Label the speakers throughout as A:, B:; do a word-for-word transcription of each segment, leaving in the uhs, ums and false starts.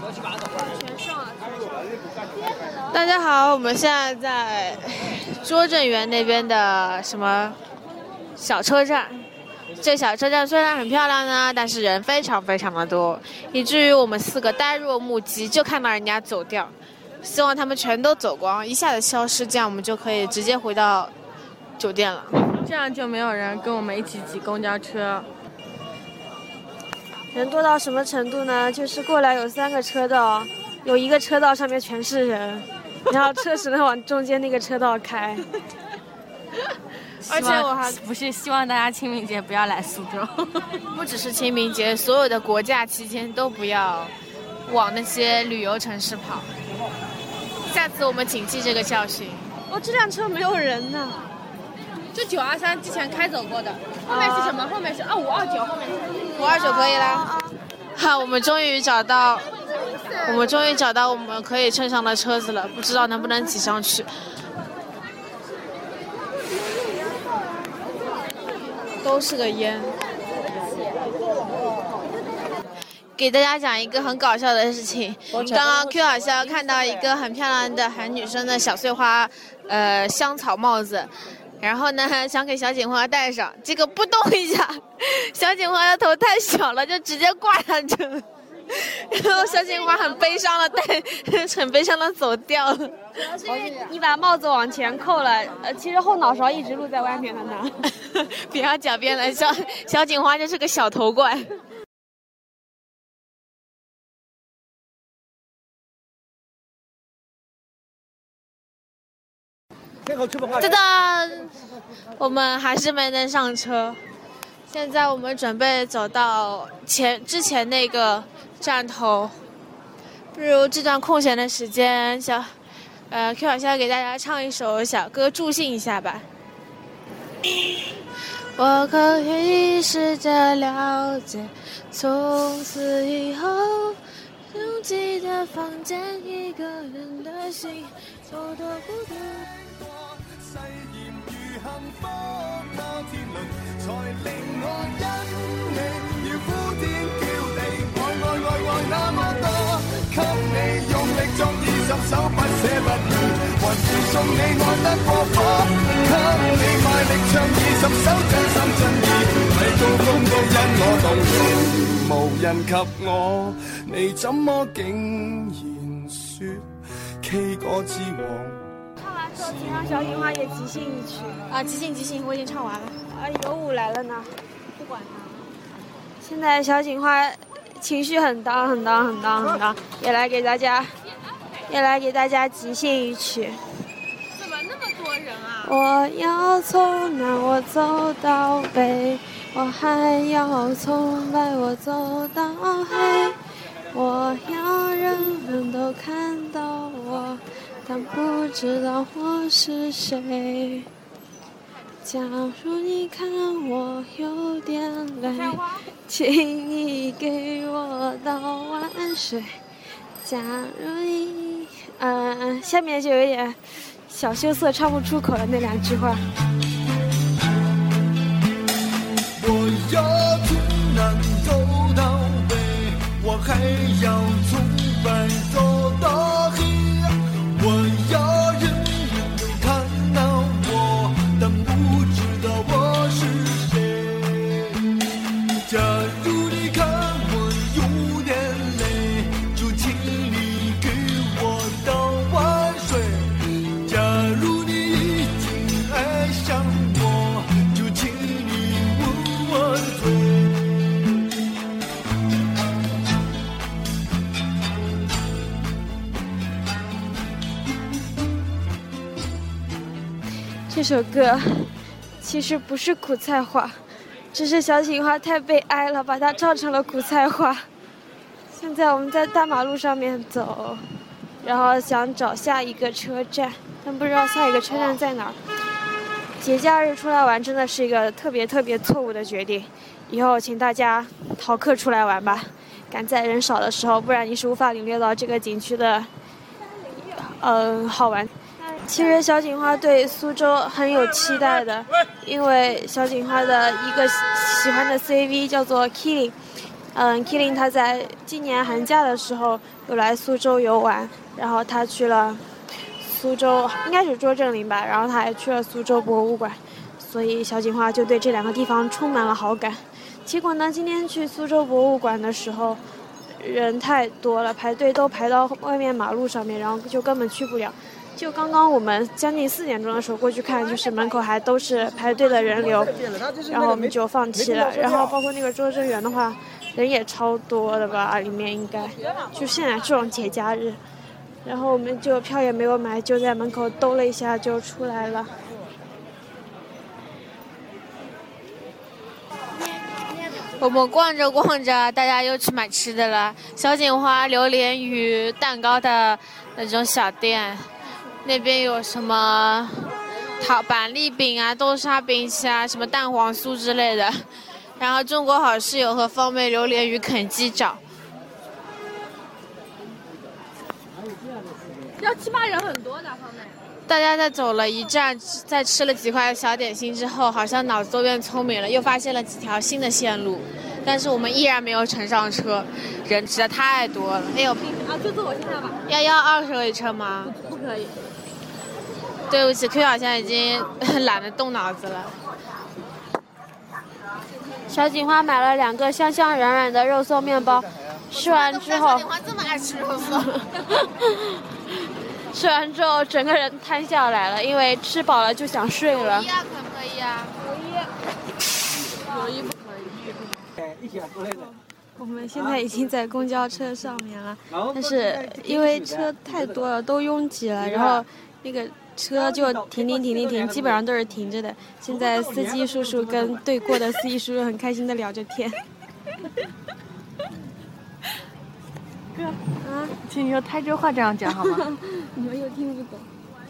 A: 大家好，我们现在在拙政园那边的什么小车站。这小车站虽然很漂亮呢，但是人非常非常的多，以至于我们四个呆若木鸡，就看到人家走掉。希望他们全都走光，一下子消失，这样我们就可以直接回到酒店了。
B: 这样就没有人跟我们一起挤公交车。
C: 人多到什么程度呢？就是过来有三个车道，有一个车道上面全是人，然后车只能往中间那个车道开。
A: 而且我还
B: 不是希望大家清明节不要来苏州，
A: 不只是清明节，所有的国假期间都不要往那些旅游城市跑。下次我们谨记这个教训。
C: 哦，这辆车没有人呢。
B: 就九二三之前开走过的，后面是什么？后面是二五二九，后面
A: 五二九可以啦。哈，我们终于找到，我们终于找到我们可以乘上的车子了，不知道能不能挤上去。都是个烟。给大家讲一个很搞笑的事情，刚刚 Q 好像看到一个很漂亮的韩女生的小碎花，呃，香草帽子。然后呢，想给小锦花戴上，结果扑通一下，小锦花的头太小了，就直接挂下去了。然后小锦花很悲伤的带，很悲伤的走掉了。
C: 你把帽子往前扣了，呃，其实后脑勺一直露在外面的呢。
A: 不要狡辩了，小小锦花就是个小头怪。噔噔，我们还是没能上车。现在我们准备走到前之前那个站头，不如这段空闲的时间，小呃 Q 小虾给大家唱一首小歌助兴一下吧。我可以试着了解，从此以后拥挤的房间，一个人的心有多孤独。誓言如幸福那天伦，才令我因你要呼天叫地，愛愛愛愛那麼多，給你用力作二十首不捨不棄，還是送你愛得過火，給你賣力唱二十首真心真意，喺高峰都因我動容，無人及我，你怎麼竟然說 K 歌之王？
C: 请让小锦花也即兴一曲
A: 啊！即兴即兴，我已经唱完了。
C: 啊，有舞来了呢，不管他。现在小锦花情绪很荡很荡很荡很荡，也来给大家，也来给大家即兴一曲。
B: 怎么那么多人啊？
C: 我要从南我走到北，我还要从白我走到黑，我要人人都看到我。但不知道我是谁。假如你看我有点累，请你给我倒碗水。假如你……嗯，下面就有点小羞涩，唱不出口的那两句话。
D: 我要从南走到北，我还要从白走到黑。我要人人都看到我，但不知道我是谁。假如你看我有点累，就请你给我倒碗水。假如你已经爱上我，就请你吻我嘴。
C: 这首歌其实不是苦菜花，只是小锦花太悲哀了，把它唱成了苦菜花。现在我们在大马路上面走，然后想找下一个车站，但不知道下一个车站在哪儿。节假日出来玩真的是一个特别特别错误的决定，以后请大家逃课出来玩吧，赶在人少的时候，不然你是无法领略到这个景区的嗯、呃、好玩。其实小锦花对苏州很有期待的，因为小锦花的一个喜欢的 C V 叫做 Killing， 嗯 ，Killing 他在今年寒假的时候有来苏州游玩，然后他去了苏州，应该是拙政陵吧，然后他还去了苏州博物馆，所以小锦花就对这两个地方充满了好感。结果呢，今天去苏州博物馆的时候，人太多了，排队都排到外面马路上面，然后就根本去不了。就刚刚我们将近四点钟的时候过去看，就是门口还都是排队的人流，然后我们就放弃了。然后包括那个拙政园的话，人也超多的吧，里面应该就现在这种节假日，然后我们就票也没有买，就在门口兜了一下就出来了。
A: 我们逛着逛着，大家又去买吃的了。小锦花榴莲与蛋糕的那种小店，那边有什么桃板栗饼啊、豆沙饼啊、什么蛋黄酥之类的。然后中国好室友和方妹榴莲与啃鸡爪。
B: 要七八人很多的方妹。
A: 大家在走了一站，在吃了几块小点心之后，好像脑子都变聪明了，又发现了几条新的线路，但是我们依然没有乘上车，人实在太多了。哎呦，
B: 啊，就坐我现在吧。
A: 要要二十位车吗？
B: 不可以。
A: 对不起 ，Q 好像已经懒得动脑子了。
C: 小锦花买了两个香香软软的肉松面包，吃完之后，
A: 小锦花这么爱吃肉松。
C: 吃完之后整个人瘫下来了，因为吃饱了就想睡了。
A: 友谊啊，可不可以啊？
B: 友谊不可以。
C: 我们现在已经在公交车上面了，但是因为车太多了，都拥挤了，然后那个车就停停停停停，基本上都是停着的。现在司机叔叔跟对过的司机叔叔很开心的聊着天。
B: 哥，啊，请你用台州话这样讲好吗？
C: 你们又听不懂。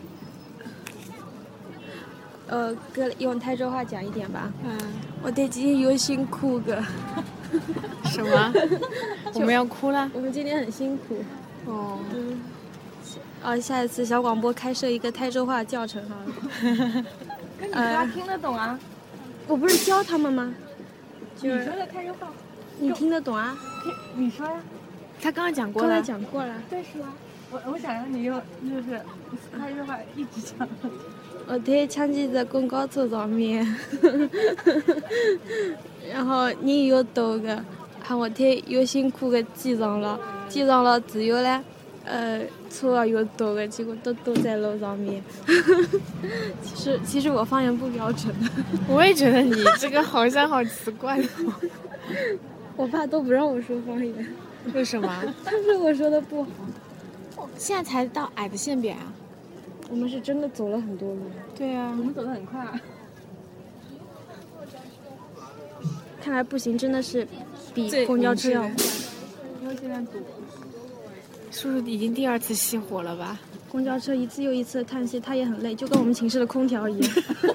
C: 呃，哥用台州话讲一点吧。嗯，我对今天有辛苦个。
A: 什么？我们要哭了？
C: 我们今天很辛苦。
A: 哦。
C: 嗯。啊，下一次小广播开设一个台州话教程好了。
B: 那你家听得懂啊？
C: 我不是教他们吗？
B: 你说的台州话，
C: 你听得懂啊？
B: 你说呀。
A: 他刚刚讲过了。
C: 刚才讲过了。
B: 对，是吗？我我想让你用就是台州话一直讲。
C: 我在强记在公交车上面，然后人又多个，喊我太又辛苦个挤上了，挤上了之后呢，呃，车又多个，结果都堵在路上面。其实其实我方言不标准。
A: 我也觉得你这个好像好奇怪哦。
C: 我爸都不让我说方言。
A: 为什么？
C: 他说我说的不好。
A: 现在才到矮的线边啊。
C: 我们是真的走了很多路。
A: 对啊，
B: 我们走得很快。
C: 看来步行真的是比公交车要快。
B: 因为现在堵。
A: 叔叔已经第二次熄火了吧？
C: 公交车一次又一次的叹息，他也很累，就跟我们寝室的空调一样。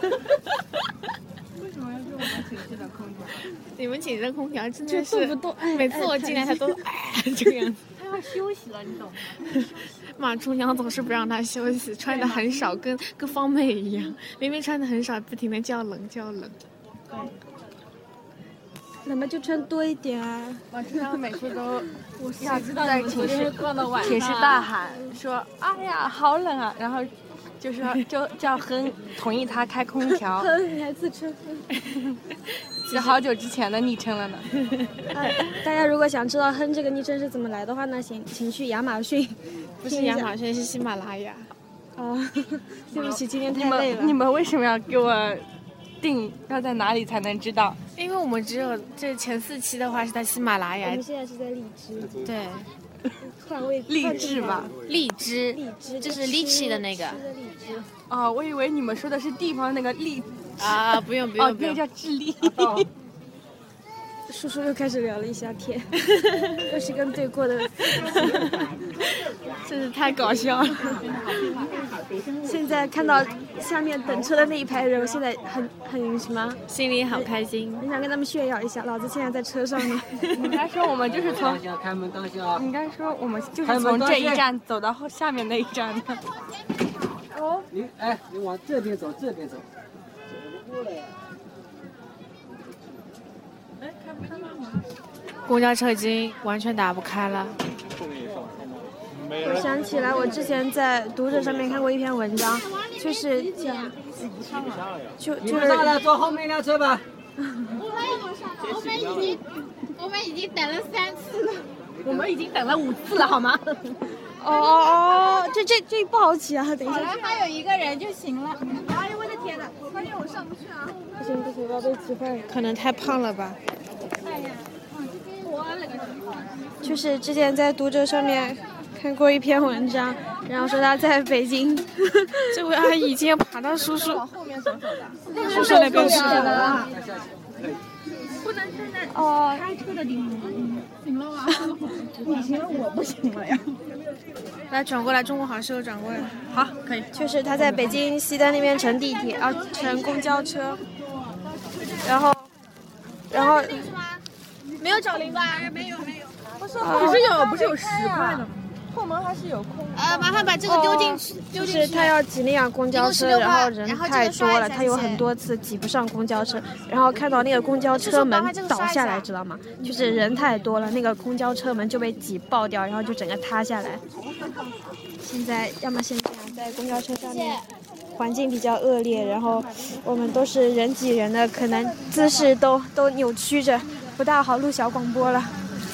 B: 为什么要是我们寝室的空调？
A: 你们寝室的空调真的是
C: 不动，哎，
A: 每次我进来他都哎这个样子。
B: 他要休息了，你懂吗？
A: 马厨娘总是不让他休息，穿的很少，跟跟方妹一样，明明穿的很少，不停的叫冷叫冷。
B: 对。
C: 那么就穿多一点啊！
B: 马厨娘每次都，
C: 我
B: 要知道在寝室
A: 逛到晚上，
B: 寝室大喊说：“哎呀，好冷啊！”然后就说就叫哼同意他开空调。
C: 哼，你还自称
B: 哼？是好久之前的昵称了呢。
C: 啊、大家如果想知道哼这个昵称是怎么来的话呢，请请去亚马逊。
A: 不是亚马逊，是喜马拉雅。
C: 哦，对不起，今天太累了。
B: 你们为什么要给我定要在哪里才能知道？
A: 因为我们只有这前四期的话是在喜马拉雅。
C: 我们现在是在荔枝。
A: 对。
C: 换位。
B: 荔枝吧。
A: 荔枝。
C: 荔枝。
A: 就是 lychee 的那个。
B: 哦，我以为你们说的是地方那个荔。
A: 啊，不用不用不用。
B: 哦，那个叫智利。
C: 叔叔又开始聊了一下天，又是跟对过的，
A: 真是太搞笑了。
C: 现在看到下面等车的那一排人，我现在很很什么？
A: 心里好开心。
C: 很想跟他们炫耀一下，老子现在在车上呢。
B: 你该说我们就是从，
D: 开门大笑。
B: 你该说我们就是从这一站走到后下面那一站的。
D: 哦，你哎，你往这边走，这边走，走不过来。
B: 哎，开不开吗？
A: 公交车已经完全打不开了。
C: 我想起来，我之前在读者上面看过一篇文章，就是讲，就就是
E: 上来坐后面辆车吧。
F: 我们我们已经我们已经等了三次了，
B: 我们已经等了五次了，好吗？
C: 哦哦哦，这这这不好骑啊！等一下，
F: 好了，还有一个人就行了。
B: 哎呦我的天哪！我发现我上不去啊！
C: 不行不行，我要被骑坏了。
A: 可能太胖了吧。
F: 哎呀，我那个
C: 就是之前在读者上面看过一篇文章，然后说他在北京，
A: 这位阿姨已经要爬到叔叔
B: 后面走走的，
A: 叔叔那边去了。
B: 了。不能站在
C: 哦，
B: 开车的地方。行了吗？你行了，我不行了呀。
A: 来转过来，中国好室友转过来。
B: 好，可以。
C: 就是他在北京西单那边乘地铁，啊，乘公交车，然后，然后
A: 没有找零吧？
F: 没有没有。
B: 不是，不是有不是有十块的吗？后门还是有空。
F: 呃，麻烦把这个丢进去，丢进去。
C: 就是他要挤那辆公交车，然后人太多了，他有很多次挤不上公交车，然后看到那个公交车门倒下来，知道吗？就是人太多了，那个公交车门就被挤爆掉，然后就整个塌下来。现在要么现在在公交车上面，环境比较恶劣，然后我们都是人挤人的，可能姿势都都扭曲着，不大好录小广播了。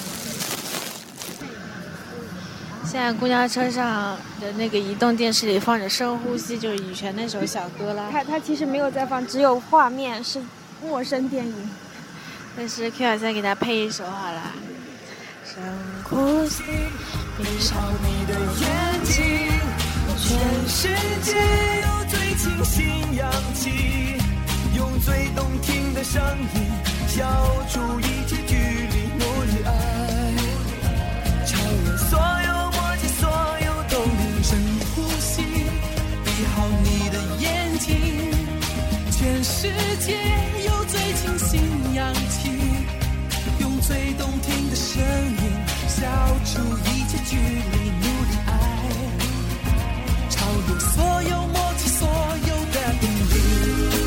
A: 现在公交车上的那个移动电视里放着《深呼吸》，就是羽泉那首小歌啦。
C: 他他其实没有在放，只有画面是陌生电影。
A: 但是 Q 二三给他配一首好了。深呼吸，闭上你的眼睛，全世界有最清新氧气，用最动听的声音消除一切距离，努力爱，超越所有。深呼吸，闭好你的眼睛，全世界有最清新氧气，用最动听的声音消除一切距离，努力爱，超越所有默契，所有的引力。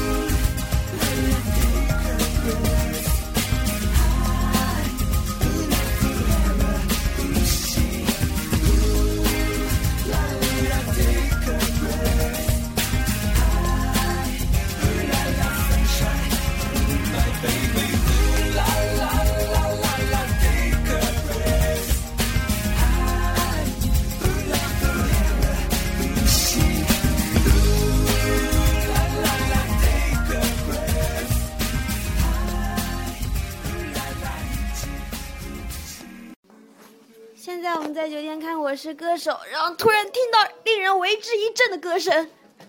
C: 现在我们在酒店看《我是歌手》，然后突然听到令人为之一振的歌声。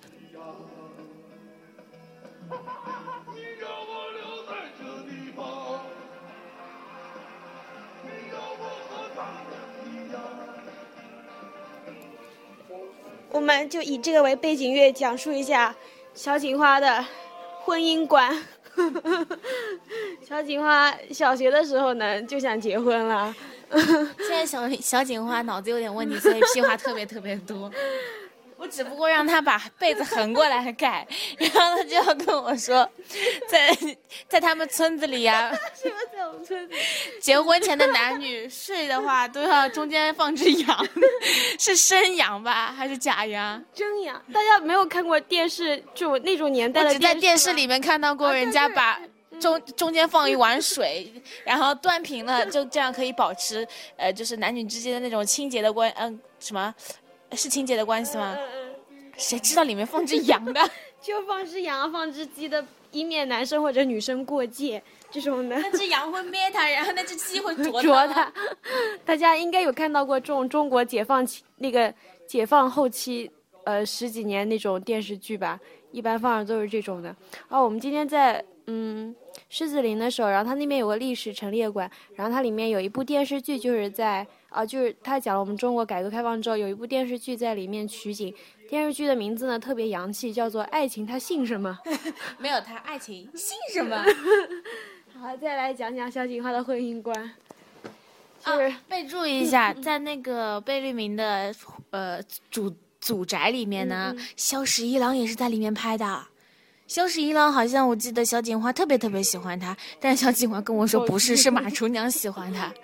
C: 我们就以这个为背景乐，讲述一下小锦花的婚姻观。小锦花小学的时候呢，就想结婚了。
A: 现在小小锦花脑子有点问题，所以屁话特别特别多。我只不过让他把被子横过来盖，然后他就要跟我说，在在他们村子里呀、啊，
C: 什么在我们村子？
A: 结婚前的男女睡的话都要中间放只羊，是生羊吧，还是假羊？
C: 真羊。大家没有看过电视，就那种年代的
A: 电视。我只在电视里面看到过人家把中中间放一碗水，然后端平了，就这样可以保持呃，就是男女之间的那种清洁的关，嗯、呃，什么？是清洁的关系吗？谁知道里面放只羊的？
C: 就放只羊，放只鸡的，以免男生或者女生过界这种的。
A: 那只羊会灭它，然后那只鸡会啄
C: 啄它。大家应该有看到过这种中国解放期那个解放后期呃十几年那种电视剧吧，一般放的都是这种的。哦，我们今天在嗯狮子林的时候，然后它那边有个历史陈列馆，然后它里面有一部电视剧，就是在啊，就是他讲了我们中国改革开放之后有一部电视剧在里面取景，电视剧的名字呢特别洋气，叫做《爱情它姓什么》。
A: 没有它，爱情姓什么？
C: 好，再来讲讲小锦花的婚姻观。就是、
A: 啊、备注一下，在那个贝聿铭的呃主祖宅里面呢，嗯嗯萧十一郎也是在里面拍的。 萧十一郎好像我记得小锦花特别特别喜欢他，但是小锦花跟我说不是，是马厨娘喜欢他。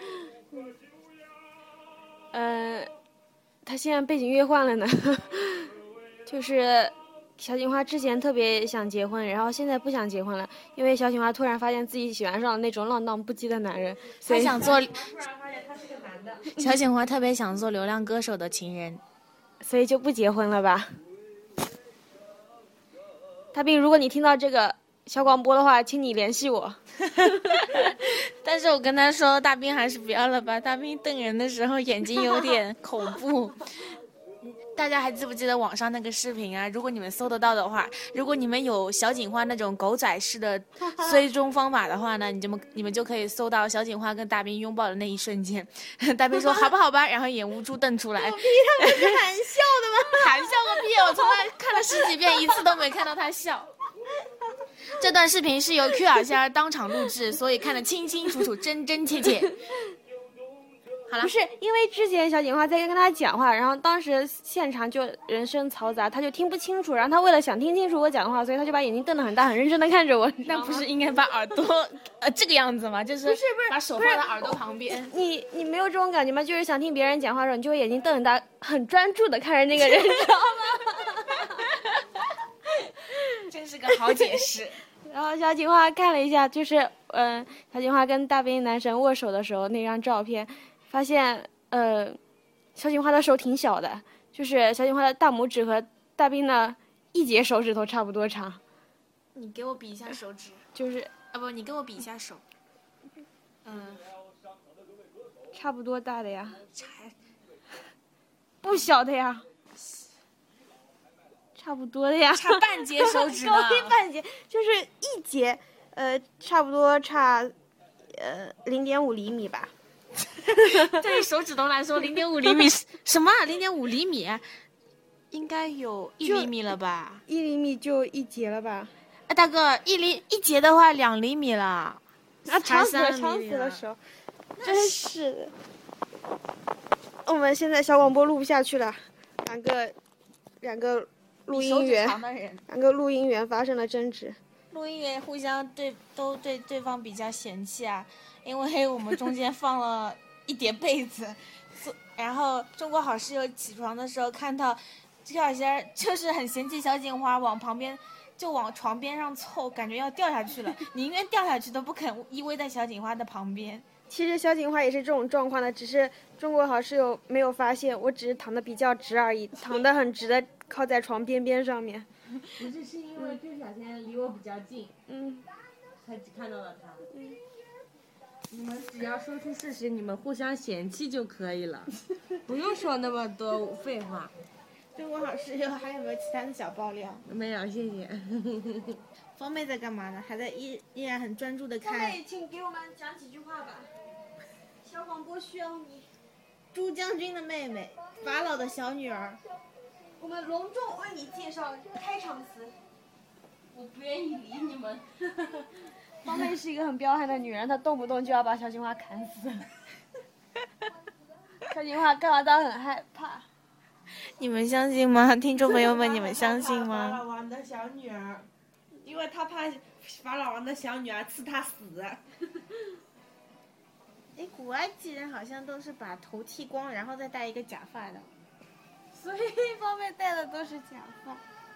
C: 呃，他现在背景乐换了呢，就是小锦花之前特别想结婚，然后现在不想结婚了，因为小锦花突然发现自己喜欢上了那种浪荡不羁的男人，所以
A: 他想做。小锦花特别想做流量歌手的情人，
C: 所以就不结婚了吧。大兵，如果你听到这个小广播的话，请你联系我。
A: 但是我跟他说，大兵还是不要了吧，大兵瞪人的时候眼睛有点恐怖。大家还记不记得网上那个视频啊？如果你们搜得到的话，如果你们有小锦花那种狗仔式的追踪方法的话呢，你就你们就可以搜到小锦花跟大兵拥抱的那一瞬间。大兵说好吧好吧，然后眼乌珠瞪出来。
C: 屁，他不是含笑的吗？
A: 含笑个屁！我从来看了十几遍，一次都没看到他笑。这段视频是由 Q 小仙儿当场录制，所以看得清清楚楚、真真切切。好了，
C: 不是因为之前小锦花在跟他讲话，然后当时现场就人声嘈杂，他就听不清楚，然后他为了想听清楚我讲的话，所以他就把眼睛瞪得很大，很认真的看着我。
A: 那不是应该把耳朵呃这个样子吗？就是
C: 不是不是
A: 把手放在耳朵旁边。
C: 你你没有这种感觉吗？就是想听别人讲话的时候，你就会眼睛瞪很大，很专注的看着那个人，你知道吗？
A: 真是个好解释。
C: 然后小锦花看了一下，就是嗯、呃，小锦花跟大兵男神握手的时候那张照片。发现，呃，小锦花的手挺小的，就是小锦花的大拇指和大兵的一节手指头差不多长。
A: 你给我比一下手指，
C: 就是
A: 啊不，你给我比一下手。嗯，
C: 差不多大的呀。
A: 差，
C: 不小的呀。差不多的呀。
A: 差半截手指呢。
C: 高低半截，就是一节，呃，差不多差，呃，零点五厘米吧。
A: 对于手指头来说，零点五厘米什么？零点五厘米，应该有一厘米了吧？
C: 一厘米就一节了吧？
A: 哎，大哥，一厘一节的话，两厘米了。
C: 啊，长死了，
A: 了
C: 长死了手，真是的。我们现在小广播录不下去了，两个两个录音员，两个录音员发生了争执。
A: 录音员互相对都对对方比较嫌弃啊。因为我们中间放了一叠被子，然后中国好室友起床的时候看到这小仙就是很嫌弃小锦花往旁边就往床边上凑，感觉要掉下去了，宁愿掉下去都不肯依偎在小锦花的旁边。
C: 其实小锦花也是这种状况的，只是中国好室友没有发现，我只是躺得比较直而已，躺得很直的靠在床边边上面。
B: 不是，是因为这小仙离我比较近，
C: 嗯，
B: 才只看到了他。嗯。你们只要说出事实，你们互相嫌弃就可以了，不用说那么多废话。
A: 中国好室友还有没有其他的小爆料？
B: 没有，谢谢。
A: 方妹在干嘛呢？还在依依然很专注的看。
C: 方妹，请给我们讲几句话吧。小广播需要你。
A: 朱将军的妹妹，法老的小女儿。
C: 我们隆重为你介绍开场词。
B: 我不愿意理你们。
C: 方妹是一个很彪悍的女人，她动不动就要把小锦花砍死。小锦花干嘛她很害怕？
A: 你们相信吗？听众朋友们，你们相信吗？
B: 法老王的小女儿，因为她怕法老王的小女儿刺她死。
A: 哎，古埃及人好像都是把头剃光，然后再戴一个假发的。
C: 所以方妹戴的都是假发。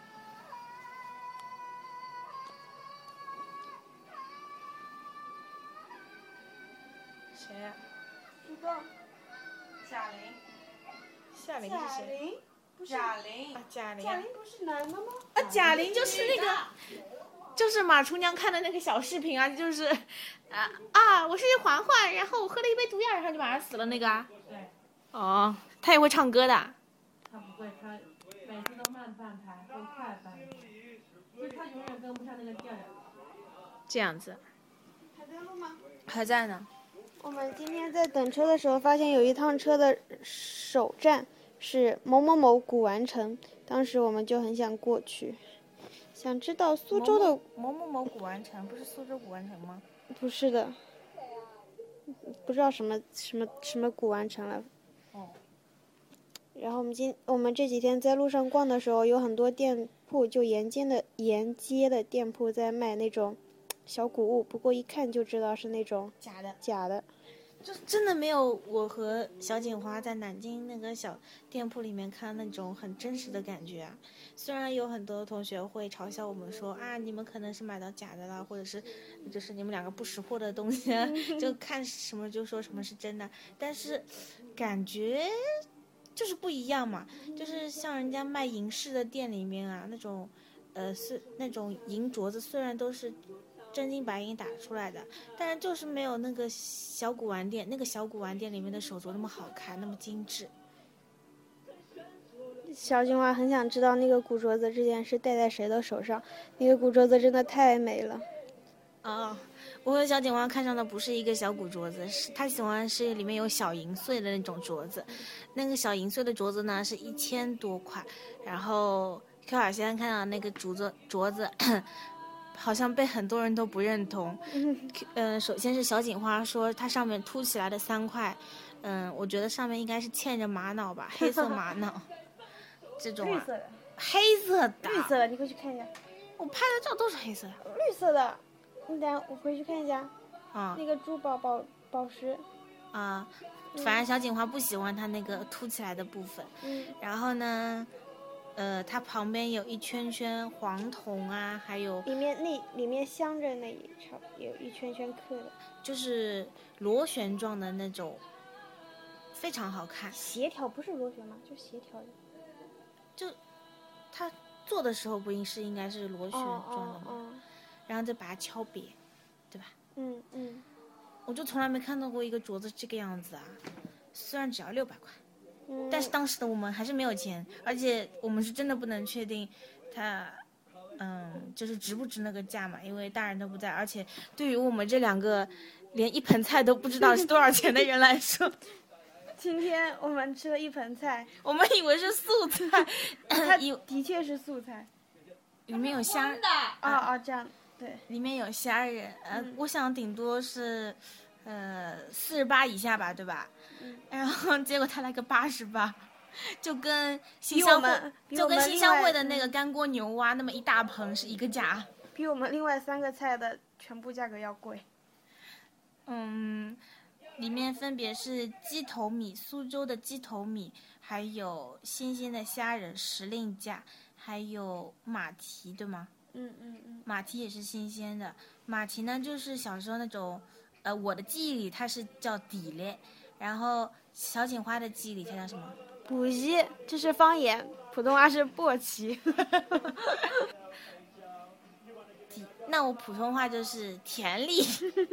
A: 谁呀、啊？
C: 不知道。
B: 贾玲。
A: 夏琳是谁？
C: 贾玲。
B: 贾玲。
A: 啊，贾玲。
C: 贾玲不是男的吗？
A: 啊，贾玲就是那个，就是马厨娘看的那个小视频啊，就是，啊啊，我是嬛嬛，然后我喝了一杯毒药，然后就马上死了那个啊。
B: 对。
A: 哦，她也会唱歌的。
B: 她不会，她每次都慢半拍，会快半拍，所以她永远跟不上那个调调。
A: 这样子。
C: 还在录吗？
A: 还在呢。
C: 我们今天在等车的时候，发现有一趟车的首站是某某某古玩城，当时我们就很想过去，想知道苏州的
A: 某某某古玩城不是苏州古玩城吗？
C: 不是的，不知道什么什么什么古玩城了。
A: 哦。
C: 然后我们今我们这几天在路上逛的时候，有很多店铺就沿街的沿街的店铺在卖那种小古物，不过一看就知道是那种
A: 假的，
C: 假的。
A: 就真的没有我和小锦花在南京那个小店铺里面看那种很真实的感觉啊。虽然有很多同学会嘲笑我们说啊，你们可能是买到假的啦，或者是就是你们两个不识货的东西啊，就看什么就说什么是真的，但是感觉就是不一样嘛。就是像人家卖银饰的店里面啊，那种呃是那种银镯子，虽然都是真金白银打出来的，但是就是没有那个小古玩店那个小古玩店里面的手镯那么好看，那么精致。
C: 小锦花很想知道那个古镯子之前是戴在谁的手上，那个古镯子真的太美了。
A: 哦，我和小锦花看上的不是一个小古镯子，是她喜欢是里面有小银碎的那种镯子。那个小银碎的镯子呢是一千多块，然后 Q 尔现在看到那个镯子镯子好像被很多人都不认同。嗯、呃，首先是小锦花说它上面凸起来的三块，嗯、呃，我觉得上面应该是嵌着玛瑙吧，黑色玛瑙。这种、啊、
C: 绿色的，
A: 黑色的，
C: 绿色的，你回去看一下。
A: 我拍的照都是黑色的。
C: 绿色的，你等下我回去看一下。
A: 啊、嗯，
C: 那个珠宝宝宝石。
A: 啊、呃，反正小锦花不喜欢它那个凸起来的部分。
C: 嗯。
A: 然后呢？呃，它旁边有一圈圈黄铜啊，还有
C: 里面那里面镶着那一条有一圈圈刻的，
A: 就是螺旋状的那种，非常好看。
C: 协调不是螺旋吗？就协调的。
A: 就它做的时候不应是应该是螺旋状的吗？
C: 哦哦哦、
A: 然后再把它敲瘪，对吧？
C: 嗯嗯。
A: 我就从来没看到过一个镯子这个样子啊，虽然只要六百块。
C: 嗯、
A: 但是当时的我们还是没有钱，而且我们是真的不能确定它嗯就是值不值那个价嘛，因为大人都不在，而且对于我们这两个连一盆菜都不知道是多少钱的人来说，
C: 今天我们吃了一盆菜，
A: 我们以为是素菜，
C: 它的确是素菜，
A: 里面有虾
C: 的啊啊这样对，
A: 里面有虾仁，呃、
C: 嗯，
A: 我想顶多是呃四十八以下吧，对吧？
C: 嗯，
A: 然后结果他来个八十八，就跟新乡会就跟新乡会的那个干锅牛蛙那么一大盆是一个价，
C: 比我们另外三个菜的全部价格要贵。
A: 嗯，里面分别是鸡头米，苏州的鸡头米，还有新鲜的虾仁、时令价，还有马蹄，对吗？
C: 嗯嗯嗯，
A: 马蹄也是新鲜的。马蹄呢，就是小时候那种，呃，我的记忆里它是叫底嘞。然后小锦花的记忆里它叫什么？
C: 补鸡，这是方言，普通话是簸箕。
A: 那我普通话就是田丽。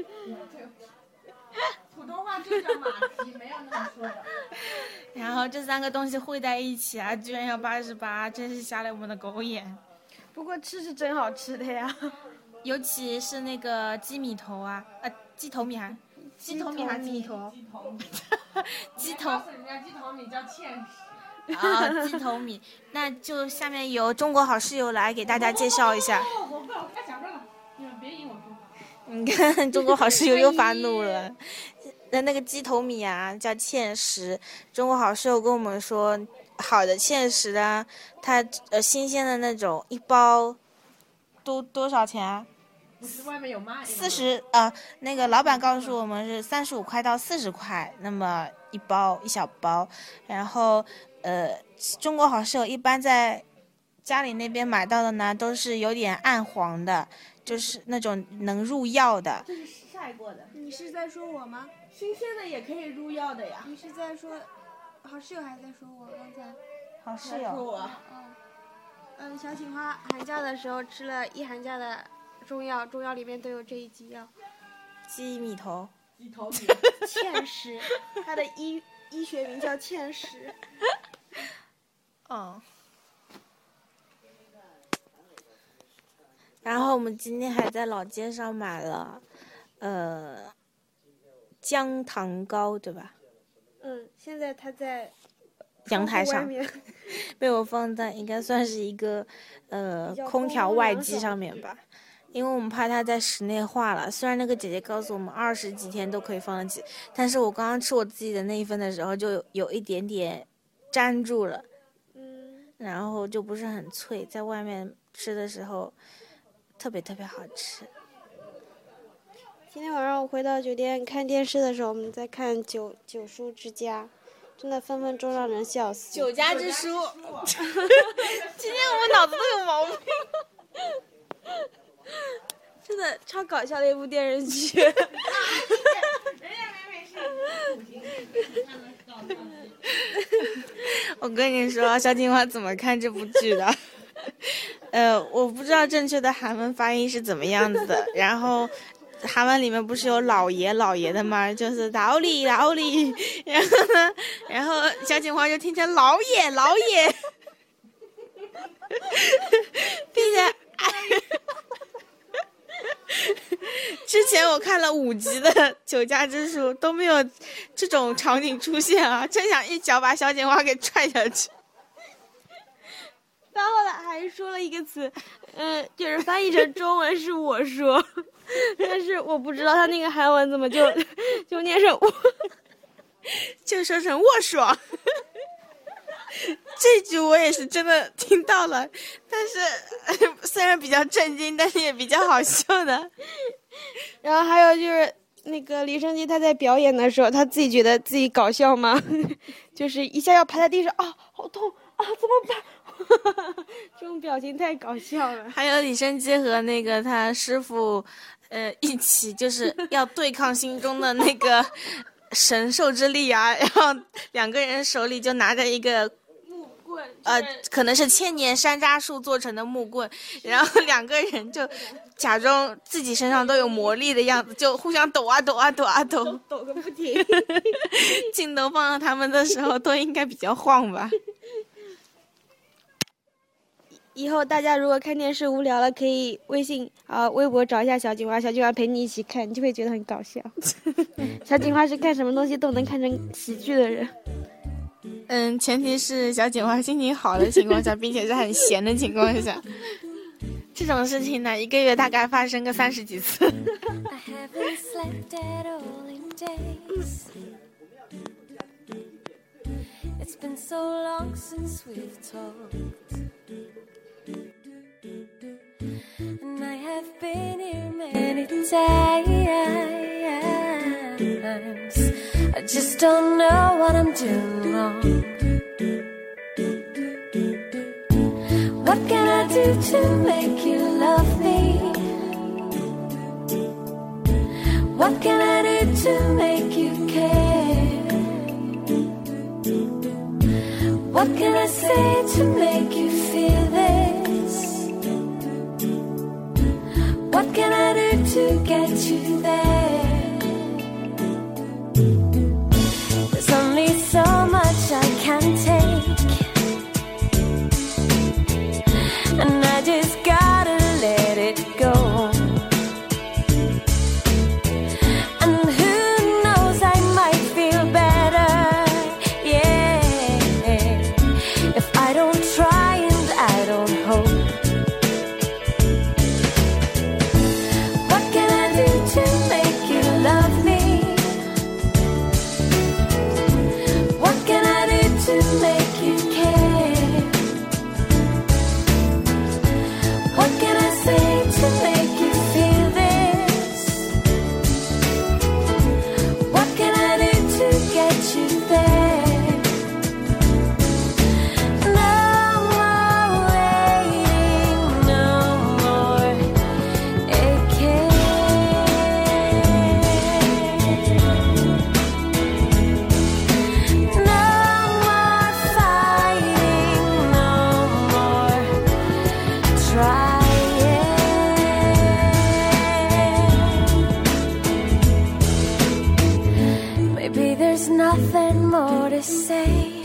B: 普通话就叫马蹄，没有那么说的。
A: 然后这三个东西汇在一起啊，居然要八十八，真是瞎了我们的狗眼。
C: 不过吃是真好吃的呀，
A: 尤其是那个鸡米头啊，呃，鸡头米还。鸡头米还是鸡米头？
B: 鸡头米。
A: 鸡头。
B: 告诉人家鸡头米叫芡实。
A: 啊，鸡头米，那就下面由中国好室友来给大家介绍一下。
B: 我不，我太想着了，你们别引我说。
A: 你看，中国好室友又发怒了。那那个鸡头米啊，叫芡实。中国好室友跟我们说，好的芡实啊，它呃新鲜的那种，一包都多少钱啊？
B: 外面有卖。
A: 四十啊，那个老板告诉我们是三十五块到四十块，那么一包一小包。然后呃，中国好室友一般在家里那边买到的呢，都是有点暗黄的，就是那种能入药的。
B: 这是晒过的。
C: 你是在说我吗？
B: 新鲜的也可以入药的呀。
C: 你是在说好室友还是在说我？刚才
A: 好室友。
B: 说我。
C: 哦。嗯，小锦花寒假的时候吃了一寒假的中药，中药里面都有这一剂药。
A: 鸡米头。
B: 鸡头米。
C: 芡实，它的医医学名叫芡实。
A: 哦。然后我们今天还在老街上买了，呃，姜糖糕，对吧？
C: 嗯，现在它在
A: 阳台上，被我放在应该算是一个呃空调外机上面吧，因为我们怕它在室内化了。虽然那个姐姐告诉我们二十几天都可以放得起，但是我刚刚吃我自己的那一份的时候，就有有一点点粘住了，
C: 嗯，
A: 然后就不是很脆，在外面吃的时候特别特别好吃。
C: 今天晚上我回到酒店看电视的时候，我们在看九九叔之家，真的分分钟让人笑死。
A: 九家之书，今天我脑子都有毛病。
C: 真的超搞笑的一部电视剧。
A: 我跟你说，小锦花怎么看这部剧的？呃，我不知道正确的韩文发音是怎么样子的。然后，韩文里面不是有老爷老爷的吗？就是老李老李。然后呢，然后小锦花就听成老爷老爷，并且。之前我看了五集的《九家之书》都没有这种场景出现啊！真想一脚把小锦花给踹下去。
C: 他后来还说了一个词，嗯，就是翻译成中文是我说，但是我不知道他那个韩文怎么就就念成我，
A: 就说成我爽。这句我也是真的听到了，但是虽然比较震惊，但是也比较好笑的。
C: 然后还有就是那个李胜基他在表演的时候，他自己觉得自己搞笑吗？就是一下要趴在地上，啊，好痛啊，怎么办？这种表情太搞笑了。
A: 还有李胜基和那个他师傅，呃，一起就是要对抗心中的那个神兽之力啊，然后两个人手里就拿着一个。呃，可能是千年山楂树做成的木棍，然后两个人就假装自己身上都有魔力的样子，就互相抖啊抖啊抖啊抖，
C: 抖个不停。
A: 镜头放到他们的时候都应该比较晃吧。
C: 以后大家如果看电视无聊了，可以微信啊、微博找一下小锦花，小锦花陪你一起看，你就会觉得很搞笑。小锦花是看什么东西都能看成喜剧的人。
A: 嗯，前提是小锦花心情好的情况下，并且是很闲的情况下。这种事情呢，一个月大概发生个三十几次。
E: I just don't know what I'm doing wrong. What can I do to make you love me? What can I do to make you care? What can I say to make you feel this? What can I do to get you there?There's only so much I can take, and I just gotta let it go. And who knows, I might feel better, yeah, if I don't try and I don't hope. What can I do to make you love me?To make you care. What can I say to make you feel this? What can I do to get you there? No more waiting, no more aching.There's nothing more to say,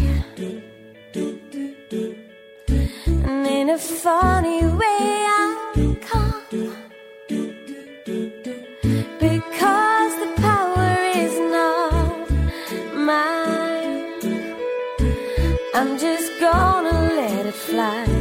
E: and in a funny way I'll come, because the power is not mine. I'm just gonna let it fly.